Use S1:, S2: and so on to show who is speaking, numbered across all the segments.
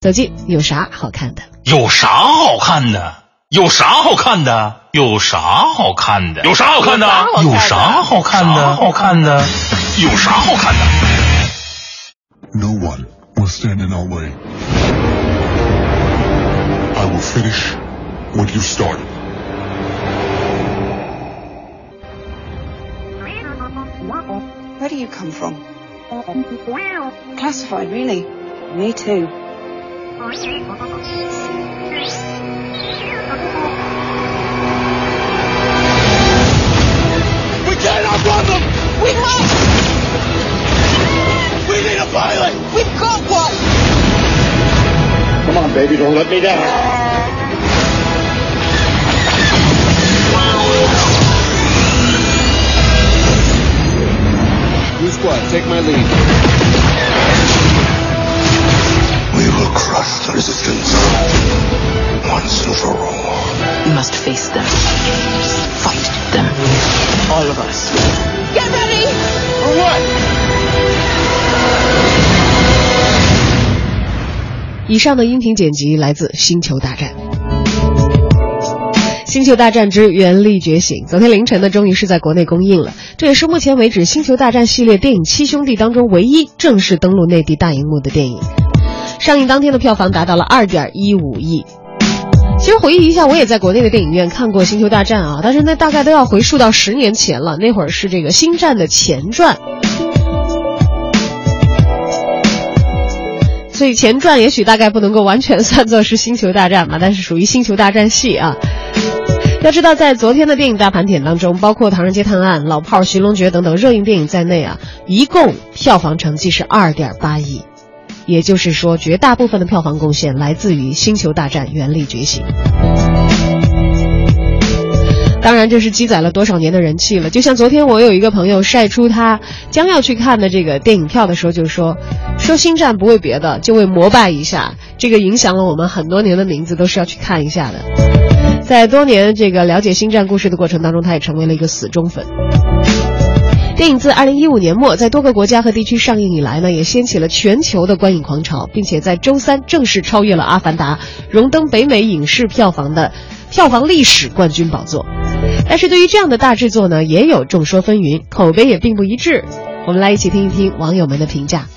S1: 走进有啥好看的？
S2: 有啥好看的？有啥好看的？有啥好看的？有啥好看的？有啥好看的？好看的？有啥好看的
S3: ？No one will stand in our way. I will finish what you started.
S4: Where do you come from? Classified, really? Me too.
S5: We cannot run them!
S4: We must!
S5: We need a pilot!
S4: We've got one!
S5: Come on, baby, don't let me down.
S6: Blue squad, take my lead.
S3: We will crush the resistance once and for all.
S4: We must face them. Fight them. All of us.
S5: Get ready! For what?
S1: 以上的音频剪辑来自《星球大战》。《星球大战之原力觉醒》昨天凌晨呢，终于是在国内公映了。这也是目前为止《星球大战》系列电影七兄弟当中唯一正式登陆内地大荧幕的电影。上映当天的票房达到了 2.15 亿。其实回忆一下，我也在国内的电影院看过《星球大战》啊，但是那大概都要回溯到10年前了，那会儿是这个《星战》的前传。所以前传也许大概不能够完全算作是《星球大战》嘛，但是属于《星球大战》系啊。要知道在昨天的电影大盘点当中，包括《唐人街探案》、《老炮儿》、《寻龙诀》等等热映电影在内啊，一共票房成绩是 2.8 亿。也就是说，绝大部分的票房贡献来自于《星球大战：原力觉醒》。当然，这是积攒了多少年的人气了。就像昨天我有一个朋友晒出他将要去看的这个电影票的时候，就说星战不为别的，就为膜拜一下。这个影响了我们很多年的名字，都是要去看一下的。在多年这个了解星战故事的过程当中，他也成为了一个死忠粉。电影自2015年末在多个国家和地区上映以来呢，也掀起了全球的观影狂潮，并且在周三正式超越了《阿凡达》，荣登北美影视票房历史冠军宝座。但是对于这样的大制作呢，也有众说纷纭，口碑也并不一致。我们来一起听一听网友们的评价。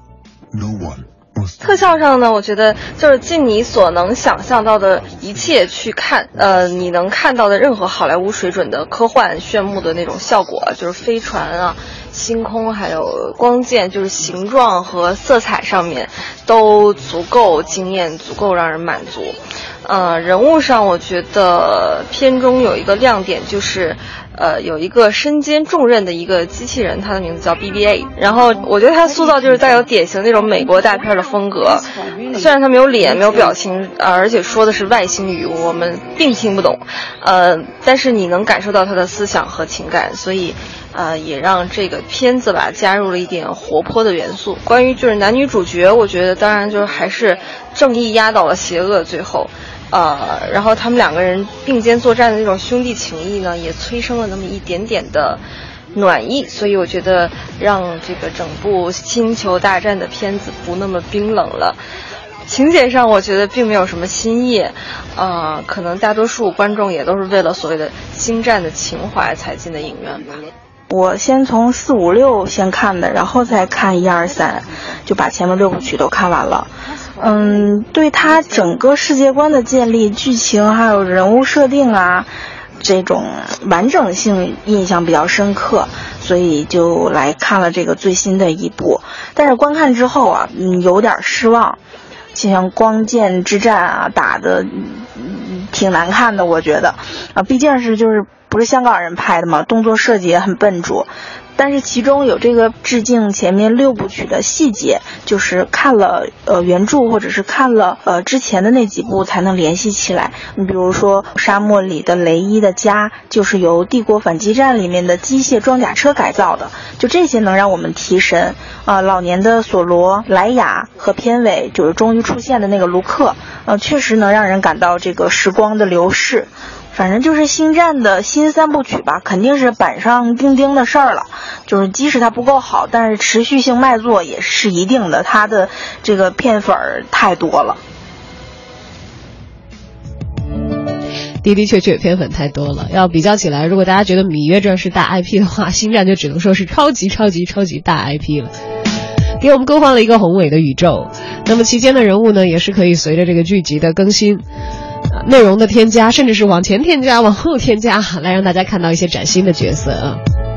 S7: 特效上呢，我觉得就是尽你所能想象到的一切去看，你能看到的任何好莱坞水准的科幻炫目的那种效果，就是飞船啊、星空还有光剑，就是形状和色彩上面都足够惊艳，足够让人满足。人物上我觉得片中有一个亮点，就是有一个身兼重任的一个机器人，他的名字叫 BB-8， 然后我觉得他塑造就是带有典型那种美国大片的风格，虽然他没有脸没有表情，而且说的是外星语，我们并听不懂，但是你能感受到他的思想和情感，所以也让这个片子吧加入了一点活泼的元素。关于就是男女主角，我觉得当然就是还是正义压倒了邪恶最后，然后他们两个人并肩作战的那种兄弟情谊呢，也催生了那么一点点的暖意，所以我觉得让这个整部星球大战的片子不那么冰冷了。情节上我觉得并没有什么新意，可能大多数观众也都是为了所谓的星战的情怀才进的影院吧。
S8: 我先从4、5、6先看的，然后再看1、2、3，就把前面6部曲都看完了。对它整个世界观的建立、剧情还有人物设定啊，这种完整性印象比较深刻，所以就来看了这个最新的一部。但是观看之后啊，有点失望，就像光剑之战啊，打的挺难看的，我觉得毕竟是就是不是香港人拍的嘛，动作设计也很笨拙。但是其中有这个致敬前面6部曲的细节，就是看了原著或者是看了之前的那几部才能联系起来。你比如说沙漠里的雷伊的家就是由帝国反击战里面的机械装甲车改造的，就这些能让我们提神老年的索罗、莱雅和片尾就是终于出现的那个卢克，确实能让人感到这个时光的流逝。 反正就是星战的新3部曲吧，肯定是板上钉钉的事儿了。就是即使它不够好，但是持续性卖座也是一定的，它的这个片粉太多了。
S1: 的确片粉太多了。要比较起来，如果大家觉得芈月传是大 IP 的话，星战就只能说是超级大 IP 了，给我们勾画了一个宏伟的宇宙。那么期间的人物呢，也是可以随着这个剧集的更新，内容的添加，甚至是往前添加往后添加，来让大家看到一些崭新的角色啊。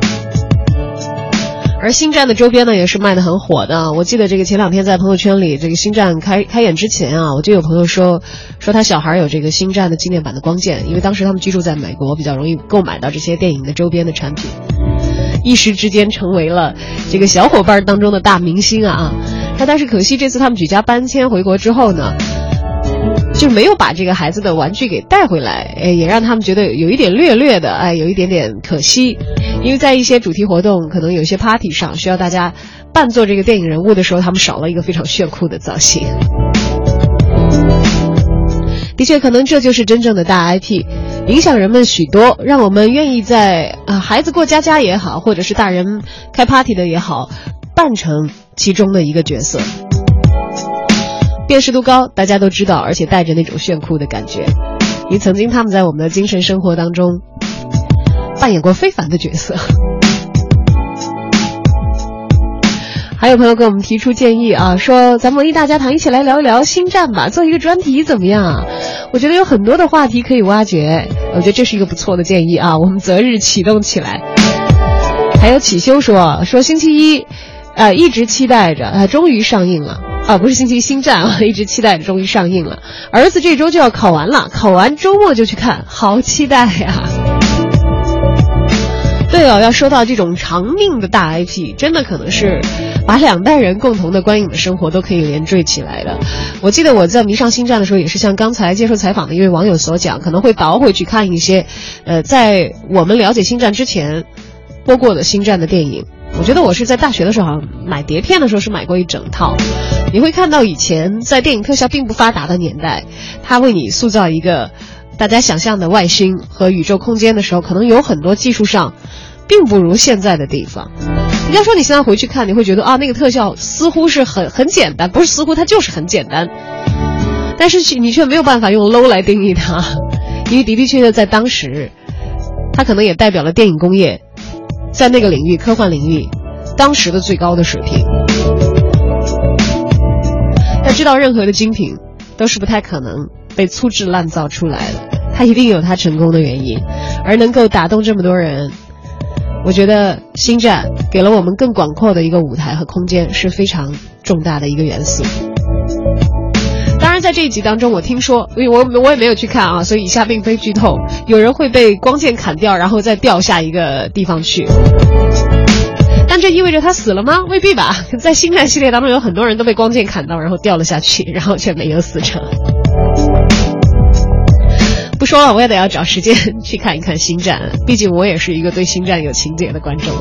S1: 而星战的周边呢也是卖得很火的。我记得这个前2天在朋友圈里，这个星战开演之前啊，我就有朋友说他小孩有这个星战的纪念版的光剑，因为当时他们居住在美国，比较容易购买到这些电影的周边的产品，一时之间成为了这个小伙伴当中的大明星啊。但是可惜这次他们举家搬迁回国之后呢，就没有把这个孩子的玩具给带回来，也让他们觉得有一点略的有一点点可惜。因为在一些主题活动，可能有一些 party 上需要大家扮作这个电影人物的时候，他们少了一个非常炫酷的造型。的确，可能这就是真正的大 IP， 影响人们许多，让我们愿意在孩子过家也好，或者是大人开 party 的也好，扮成其中的一个角色。辨识度高，大家都知道，而且带着那种炫酷的感觉。也曾经他们在我们的精神生活当中扮演过非凡的角色。还有朋友给我们提出建议啊，说咱们文艺大家堂一起来聊一聊星战吧，做一个专题怎么样啊？我觉得有很多的话题可以挖掘，我觉得这是一个不错的建议啊，我们择日启动起来。还有启修说星期一一直期待着终于上映了不是星期一星战啊，一直期待着终于上映了。儿子这周就要考完了，考完周末就去看，好期待呀。对哦，要说到这种长命的大 IP， 真的可能是把2代人共同的观影的生活都可以连缀起来的。我记得我在迷上星战的时候，也是像刚才接受采访的一位网友所讲，可能会倒回去看一些在我们了解星战之前播过的星战的电影。我觉得我是在大学的时候买碟片的时候是买过一整套。你会看到以前在电影特效并不发达的年代，它为你塑造一个大家想象的外星和宇宙空间的时候，可能有很多技术上并不如现在的地方。人家说你现在回去看，你会觉得那个特效似乎是很简单，不是似乎，它就是很简单，但是你却没有办法用 low 来定义它，因为的确在当时它可能也代表了电影工业在那个领域，科幻领域当时的最高的水平。要知道任何的精品都是不太可能被粗制滥造出来的，它一定有它成功的原因，而能够打动这么多人，我觉得星战给了我们更广阔的一个舞台和空间，是非常重大的一个元素。当然在这一集当中，我听说，因为我也没有去看啊，所以以下并非剧透，有人会被光剑砍掉，然后再掉下一个地方去。但这意味着他死了吗？未必吧。在星战系列当中，有很多人都被光剑砍到，然后掉了下去，然后却没有死成。不说了，我也得要找时间去看一看星战，毕竟我也是一个对星战有情结的观众。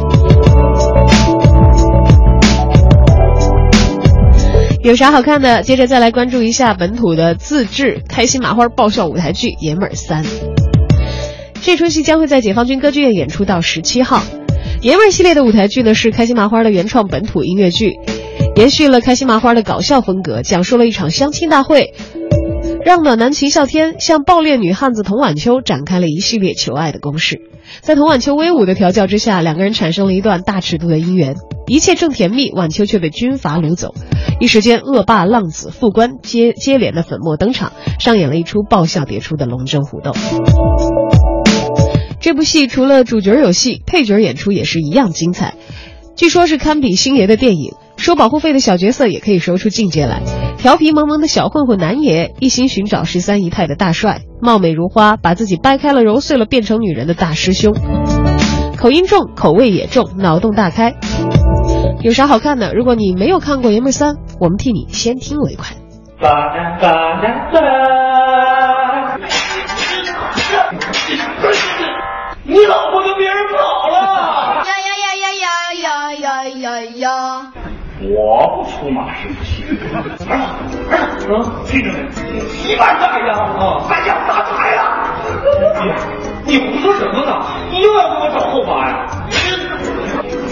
S1: 有啥好看的？接着再来关注一下本土的自制开心麻花爆笑舞台剧《爷们儿3》。这出戏将会在解放军歌剧院演出到17号。爷们儿系列的舞台剧呢，是开心麻花的原创本土音乐剧，延续了开心麻花的搞笑风格，讲述了一场相亲大会，让暖男秦啸天向暴烈女汉子童婉秋展开了一系列求爱的攻势。在童婉秋威武的调教之下，两个人产生了一段大尺度的姻缘，一切正甜蜜，婉秋却被军阀掳走，一时间恶霸浪子副官接连的粉墨登场，上演了一出爆笑迭出的龙争虎斗。这部戏除了主角有戏，配角演出也是一样精彩，据说是堪比星爷的电影，收保护费的小角色也可以收出境界来，调皮萌萌的小混混南爷一心寻找13姨太的大帅，貌美如花把自己掰开了揉碎了变成女人的大师兄，口音重，口味也重，脑洞大开。有啥好看的？如果你没有看过爷们儿3，我们替你先听为快。
S6: 你老婆跟别人跑了！呀！我不出马是不行。听着没？1万大洋啊！咱要发财了！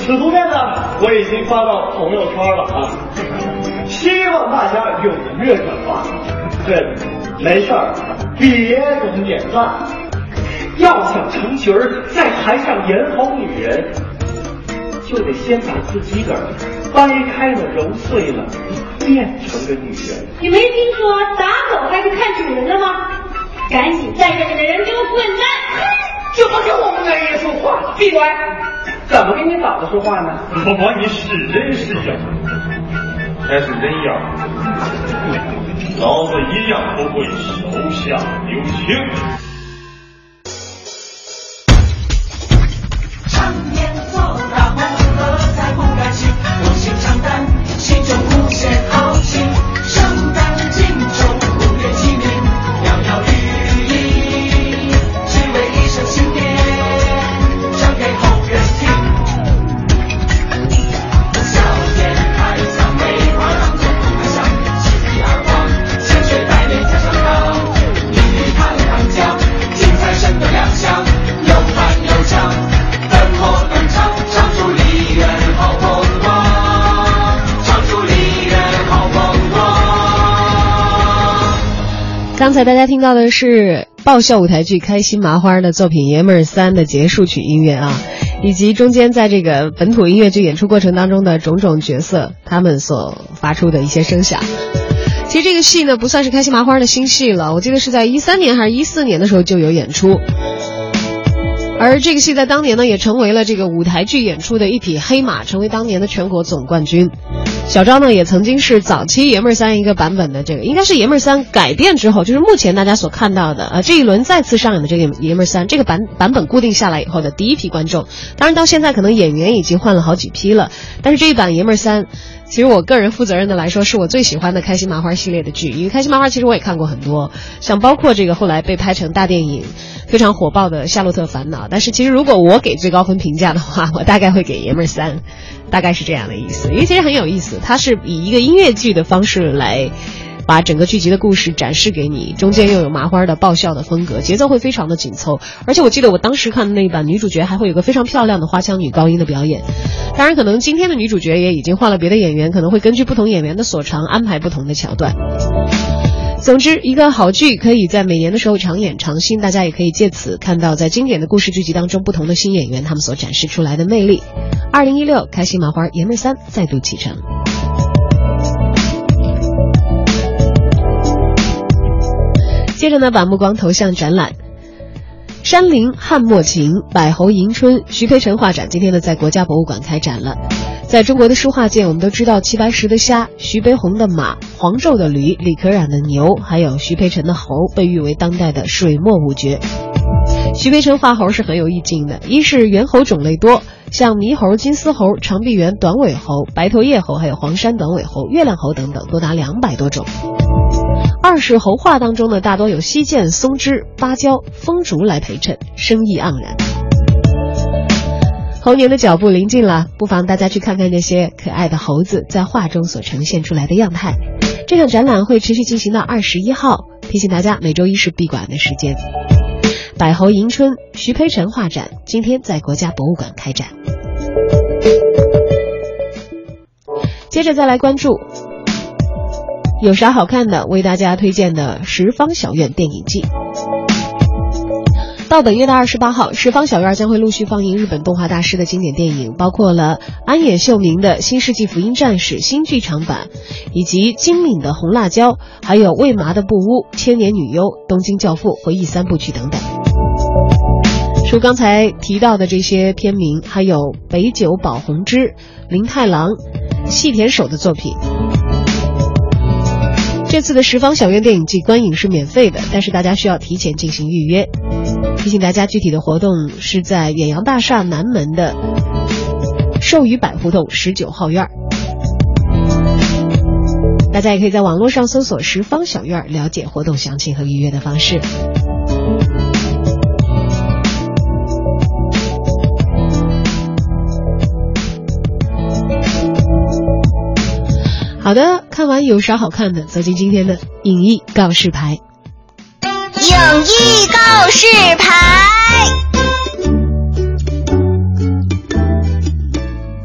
S6: 此图片呢，我已经发到朋友圈了啊，希望大家踊跃转发。对，没事儿，别总点赞。要想成群儿在台上演好女人，就得先把自己个儿掰开了揉碎了，变成个女人。
S9: 你没听说打狗还是看主人的吗？赶紧带着你的人给我滚蛋！
S6: 就不跟我们男人说话，闭嘴！怎么跟你嫂子说话呢？
S10: 我管你是人是妖，还是人妖，老子一样不会手下留情。
S11: 常年做大梦，何才不甘心？我心常担，心中无限好奇。圣诞敬重5月7日，袅袅寓意，只为一声新年，唱给后人听。笑颜开藏梅花让总不开箱，喜气而光，鲜血带泪加上汤，一语堂堂讲，精彩神的亮相，又慢又长。灯火登场，唱出梨园好风光，唱出梨园好风光。
S1: 刚才大家听到的是爆笑舞台剧《开心麻花》的作品《爷们儿3》的结束曲音乐啊，以及中间在这个本土音乐剧演出过程当中的种种角色他们所发出的一些声响。其实这个戏呢不算是开心麻花的新戏了，我记得是在13年还是14年的时候就有演出。而这个戏在当年呢，也成为了这个舞台剧演出的一匹黑马，成为当年的全国总冠军。小昭呢，也曾经是早期爷们儿3一个版本的这个，应该是爷们儿3改编之后，就是目前大家所看到的这一轮再次上演的这个爷们儿3这个版本固定下来以后的第一批观众。当然到现在可能演员已经换了好几批了，但是这一版爷们儿3，其实我个人负责任的来说，是我最喜欢的开心麻花系列的剧，因为开心麻花其实我也看过很多，像包括这个后来被拍成大电影非常火爆的《夏洛特烦恼》，但是其实如果我给最高分评价的话，我大概会给爷们儿3，大概是这样的意思。因为其实很有意思，它是以一个音乐剧的方式来把整个剧集的故事展示给你，中间又有麻花的爆笑的风格，节奏会非常的紧凑。而且我记得我当时看的那一版女主角还会有个非常漂亮的花腔女高音的表演。当然可能今天的女主角也已经换了别的演员，可能会根据不同演员的所长安排不同的桥段。总之，一个好剧可以在每年的时候常演常新，大家也可以借此看到在经典的故事剧集当中不同的新演员他们所展示出来的魅力。2016开心麻花爷们儿3再度启程。接着呢，把目光投向展览，山林汉墨情、百侯迎春、徐培辰画展今天呢在国家博物馆开展了。在中国的书画界，我们都知道齐白石的虾、徐悲鸿的马、黄胄的驴、李可染的牛，还有徐培辰的猴，被誉为当代的水墨五绝。徐培辰画猴是很有意境的，一是猿猴种类多，像猕猴、金丝猴、长臂猿、短尾猴、白头叶猴，还有黄山短尾猴、月亮猴等等，多达200多种。二是猴画当中呢，大多有西涧、松枝、芭蕉、枫竹来陪衬，生意盎然。猴年的脚步临近了，不妨大家去看看那些可爱的猴子在画中所呈现出来的样态。这场展览会持续进行到21号，提醒大家每周一是闭馆的时间。百侯迎春、徐培辰画展今天在国家博物馆开展。接着再来关注有啥好看的，为大家推荐的十方小院电影季。到本月的28号，十方小院将会陆续放映日本动画大师的经典电影，包括了安野秀明的《新世纪福音战士》新剧场版，以及金敏的《红辣椒》，还有魏麻的《布屋》、《千年女优》、《东京教父》回忆3部曲等等。除刚才提到的这些片名，还有北九保宏之、林太郎、细田守的作品。这次的十方小院电影季观影是免费的，但是大家需要提前进行预约。提醒大家，具体的活动是在远洋大厦南门的寿宇百胡同19号院。大家也可以在网络上搜索十方小院，了解活动详情和预约的方式。好的，看完有啥好看的，走进今天的影艺告示牌。
S12: 影艺告示牌。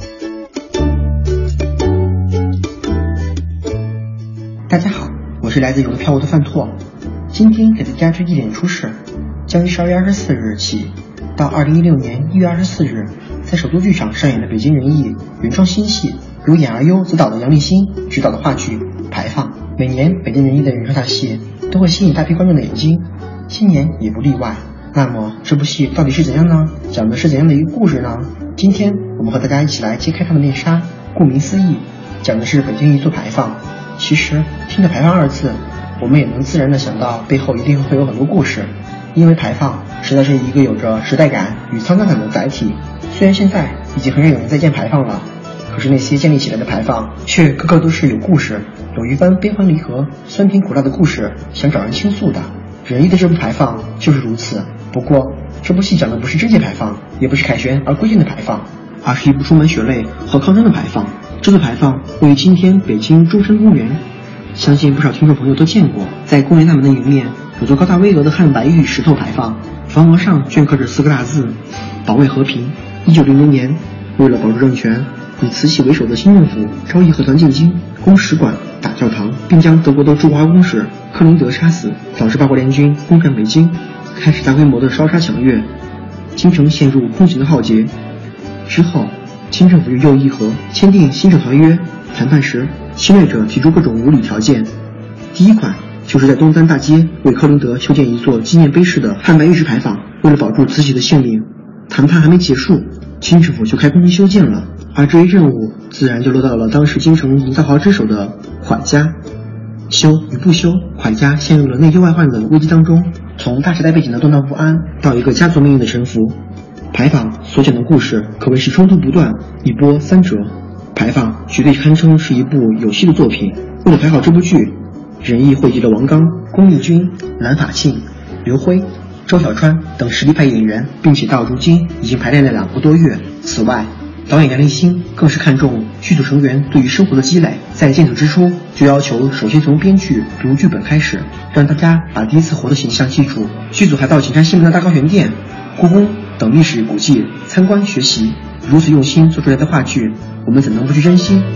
S13: 是来自有的票务的范拓。今天给大家推荐演出是将于12月24日起到2016年1月24日在首都剧场上演的北京人艺原创新戏，由演而优执导的杨立新执导的话剧《排放》。每年北京人艺的原创大戏都会吸引大批观众的眼睛，今年也不例外。那么这部戏到底是怎样呢？讲的是怎样的一个故事呢？今天我们和大家一起来揭开它的面纱。顾名思义，讲的是北京一座排放。其实听着排放二字，我们也能自然的想到背后一定会有很多故事，因为排放实在是一个有着时代感与沧桑感的载体。虽然现在已经很少有人在建排放了，可是那些建立起来的排放却个个都是有故事，有一番悲欢离合、酸甜苦辣的故事想找人倾诉的。仁义的这部排放就是如此。不过这部戏讲的不是贞节排放，也不是凯旋而归正的排放，而是一部充满血泪和抗争的排放。这座排放位于今天北京中山公园，相信不少听众朋友都见过。在公园大门的迎面有座高大巍峨的汉白玉石头排放，房额上镌刻着4个大字：保卫和平。1900年，为了保住政权，以慈禧为首的新政府招义和团进京，攻使馆、打教堂，并将德国的驻华公使克林德杀死，导致八国联军攻占北京，开始大规模的烧杀抢掠，京城陷入空前的浩劫。之后清政府与右义和签订新政条约，谈判时侵略者提出各种无理条件。第一款就是在东单大街为克林德修建一座纪念碑式的汉白玉石牌坊，为了保住慈禧的性命。谈判还没结束，清政府就开工修建了，而这一任务自然就落到了当时京城营造豪之首的蒯家。修与不修，蒯家陷入了内忧外患的危机当中，从大时代背景的动荡不安到一个家族命运的沉浮。牌坊所讲的故事可谓是冲突不断，一波三折。牌坊绝对堪称是一部有戏的作品。为了排好这部剧，仁义汇集了王刚、龚丽君、蓝法庆、刘辉、周小川等实力派演员，并且到如今已经排练了2个多月。此外，导演杨立新更是看重剧组成员对于生活的积累，在建组之初就要求首先从编剧读剧本开始，让大家把第一次活的形象记住。剧组还到景山西门的大高玄殿、故宫等历史古迹参观学习。如此用心做出来的话剧，我们怎能不去珍惜？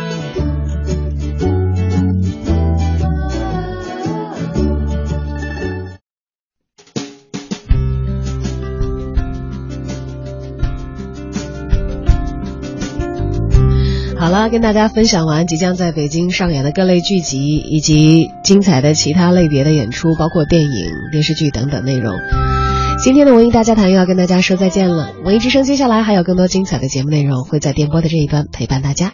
S1: 好了，跟大家分享完即将在北京上演的各类剧集以及精彩的其他类别的演出，包括电影、电视剧等等内容。今天的文艺大家谈又要跟大家说再见了。文艺之声接下来还有更多精彩的节目内容会在电波的这一端陪伴大家。